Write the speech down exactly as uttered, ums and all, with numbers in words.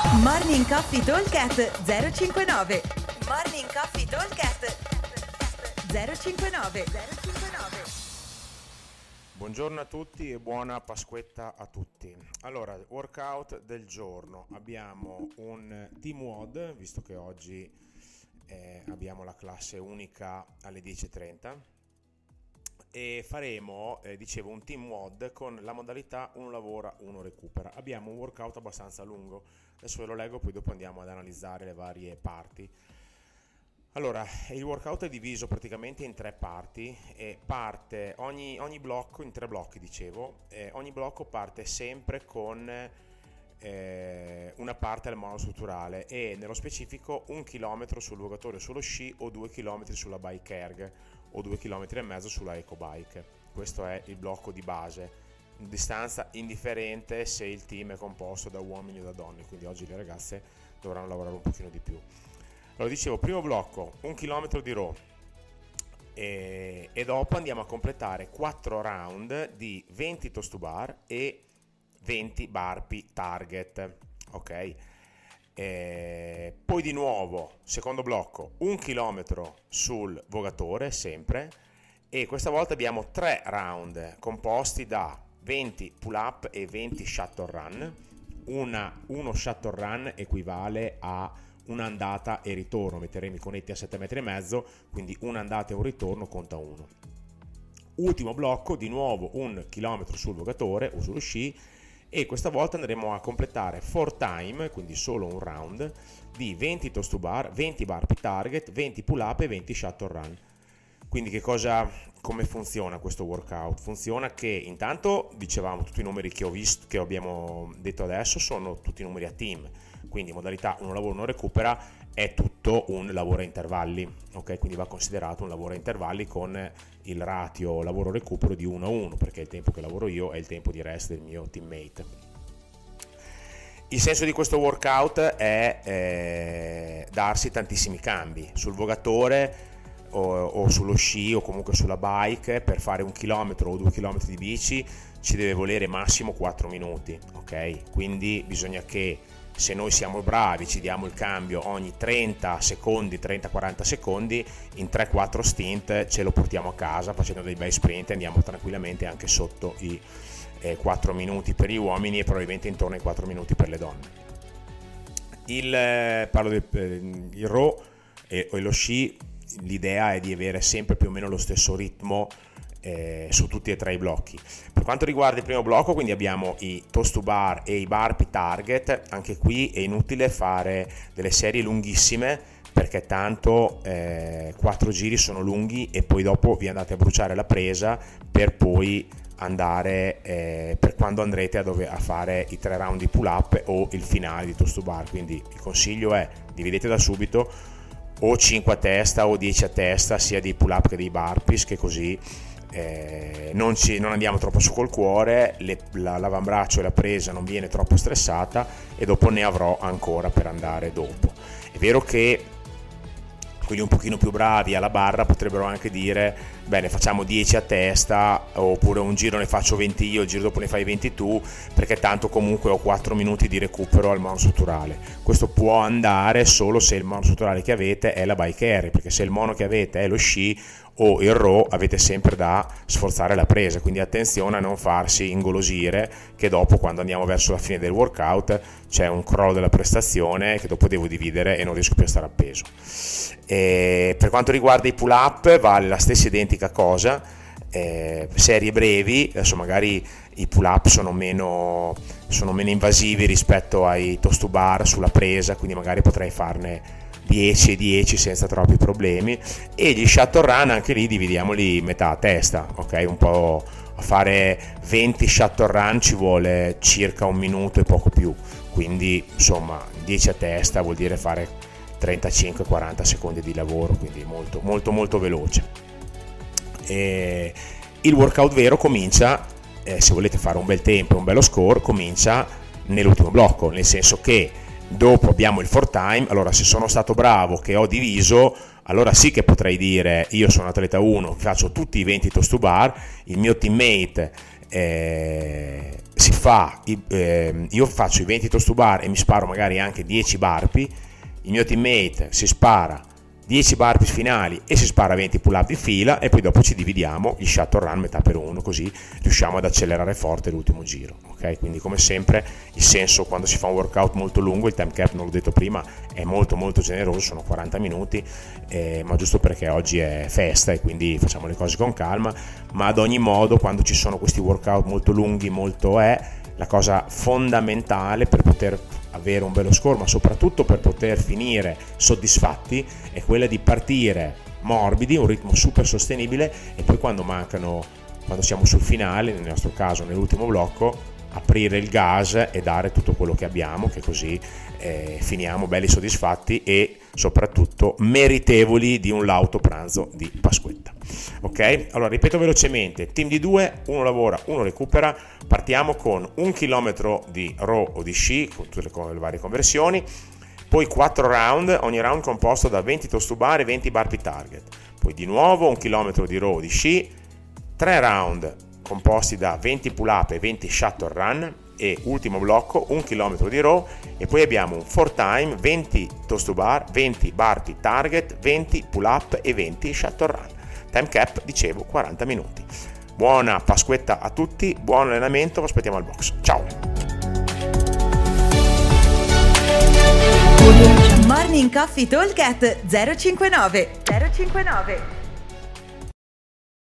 Morning Coffee Talkcast zero cinquantanove. Morning Coffee Talkcast zero cinquantanove. Buongiorno a tutti e buona Pasquetta a tutti. Allora, workout del giorno. Abbiamo un team W O D, visto che oggi eh, abbiamo la classe unica alle dieci e trenta. E faremo, eh, dicevo, un team W O D con la modalità uno lavora, uno recupera. Abbiamo un workout abbastanza lungo, adesso ve lo leggo, poi dopo andiamo ad analizzare le varie parti. Allora, il workout è diviso praticamente in tre parti e parte ogni, ogni blocco, in tre blocchi dicevo, eh, ogni blocco parte sempre con eh, una parte al monostrutturale e nello specifico un chilometro sul vogatore sullo sci o due chilometri sulla bike erg o due chilometri e mezzo sulla ecobike. Questo è il blocco di base, distanza indifferente se il team è composto da uomini o da donne, quindi oggi le ragazze dovranno lavorare un pochino di più. Allora dicevo, primo blocco, un chilometro di row e, e dopo andiamo a completare quattro round di venti toast to bar e venti burpee target, ok? E poi di nuovo, secondo blocco, un chilometro sul vogatore sempre e questa volta abbiamo tre round composti da venti pull up e venti shuttle run. Una, uno shuttle run equivale a un'andata e ritorno, metteremo i conetti a sette metri e mezzo, quindi un'andata e un ritorno conta uno. Ultimo blocco, di nuovo un chilometro sul vogatore o sullo sci e questa volta andremo a completare four time, quindi solo un round, di venti toast to bar, venti burpee target, venti pull up e venti shuttle run. Quindi che cosa, come funziona questo workout? Funziona che intanto, dicevamo, tutti i numeri che ho visto, che abbiamo detto adesso sono tutti numeri a team, quindi modalità uno lavoro uno recupera è tutto un lavoro a intervalli, ok? Quindi va considerato un lavoro a intervalli con il ratio lavoro recupero di uno a uno, perché il tempo che lavoro io è il tempo di rest del mio teammate. Il senso di questo workout è eh, darsi tantissimi cambi sul vogatore o, o sullo sci o comunque sulla bike. Per fare un chilometro o due chilometri di bici ci deve volere massimo quattro minuti, ok? Quindi bisogna che se noi siamo bravi ci diamo il cambio ogni trenta secondi, trenta quaranta secondi, in tre quattro stint ce lo portiamo a casa facendo dei bei sprint e andiamo tranquillamente anche sotto i eh, quattro minuti per gli uomini e probabilmente intorno ai quattro minuti per le donne. Il, eh, parlo del eh, il row e, e lo sci, l'idea è di avere sempre più o meno lo stesso ritmo Eh, su tutti e tre i blocchi. Per quanto riguarda il primo blocco, quindi abbiamo i toast to bar e i burpee target. Anche qui è inutile fare delle serie lunghissime perché tanto eh, quattro giri sono lunghi e poi dopo vi andate a bruciare la presa per poi andare eh, per quando andrete a, dove, a fare i tre round di pull up o il finale di toast to bar. Quindi il consiglio è dividete da subito o cinque a testa o dieci a testa sia dei pull up che dei burpees, che così Eh, non, ci, non andiamo troppo su col cuore, le, la, l'avambraccio e la presa non viene troppo stressata e dopo ne avrò ancora per andare dopo. È vero che quelli un pochino più bravi alla barra potrebbero anche dire bene, facciamo dieci a testa oppure un giro ne faccio venti io, il giro dopo ne fai venti tu, perché tanto comunque ho quattro minuti di recupero al monostrutturale. Questo può andare solo se il monostrutturale che avete è la bike erg, perché se il mono che avete è lo sci o il row avete sempre da sforzare la presa, quindi attenzione a non farsi ingolosire che dopo quando andiamo verso la fine del workout c'è un crollo della prestazione che dopo devo dividere e non riesco più a stare appeso. E per quanto riguarda i pull up vale la stessa identica cosa, eh, serie brevi, adesso magari i pull up sono meno, sono meno invasivi rispetto ai toast to bar sulla presa, quindi magari potrei farne dieci e dieci senza troppi problemi, e gli shuttle run anche lì dividiamoli metà a testa, ok? Un po' a fare venti shuttle run ci vuole circa un minuto e poco più, quindi insomma dieci a testa vuol dire fare trentacinque quaranta secondi di lavoro, quindi molto molto molto veloce. E il workout vero comincia, eh, se volete fare un bel tempo e un bello score, comincia nell'ultimo blocco, nel senso che dopo abbiamo il four time. Allora, se sono stato bravo che ho diviso, allora sì che potrei dire io sono atleta uno, faccio tutti i venti toast to bar, il mio teammate eh, si fa, eh, io faccio i venti toast to bar e mi sparo magari anche dieci burpee, il mio teammate si spara dieci burpee finali e si spara venti pull up di fila, e poi dopo ci dividiamo gli shuttle run metà per uno, così riusciamo ad accelerare forte l'ultimo giro, ok? Quindi come sempre il senso quando si fa un workout molto lungo, il time cap non l'ho detto prima, è molto molto generoso, sono quaranta minuti, eh, ma giusto perché oggi è festa e quindi facciamo le cose con calma, ma ad ogni modo quando ci sono questi workout molto lunghi, molto è la cosa fondamentale per poter avere un bello score, ma soprattutto per poter finire soddisfatti, è quella di partire morbidi, un ritmo super sostenibile, e poi quando mancano, quando siamo sul finale, nel nostro caso nell'ultimo blocco, aprire il gas e dare tutto quello che abbiamo, che così eh, finiamo belli soddisfatti e soprattutto meritevoli di un lauto pranzo di Pasquetta. Ok? Allora ripeto velocemente: team di due, uno lavora, uno recupera. Partiamo con un chilometro di row o di sci con tutte le, con le varie conversioni, poi quattro round, ogni round composto da venti toast to bar e venti burpee target, poi di nuovo un chilometro di row o di sci, tre round composti da venti pull up e venti shuttle run, e ultimo blocco un chilometro di row, e poi abbiamo un four time, venti toast to bar, venti burpee target, venti pull up e venti shuttle run. Time cap, dicevo, quaranta minuti. Buona Pasquetta a tutti, buon allenamento, vi aspettiamo al box. Ciao! Morning Coffee Talk at zero cinquantanove zero cinquantanove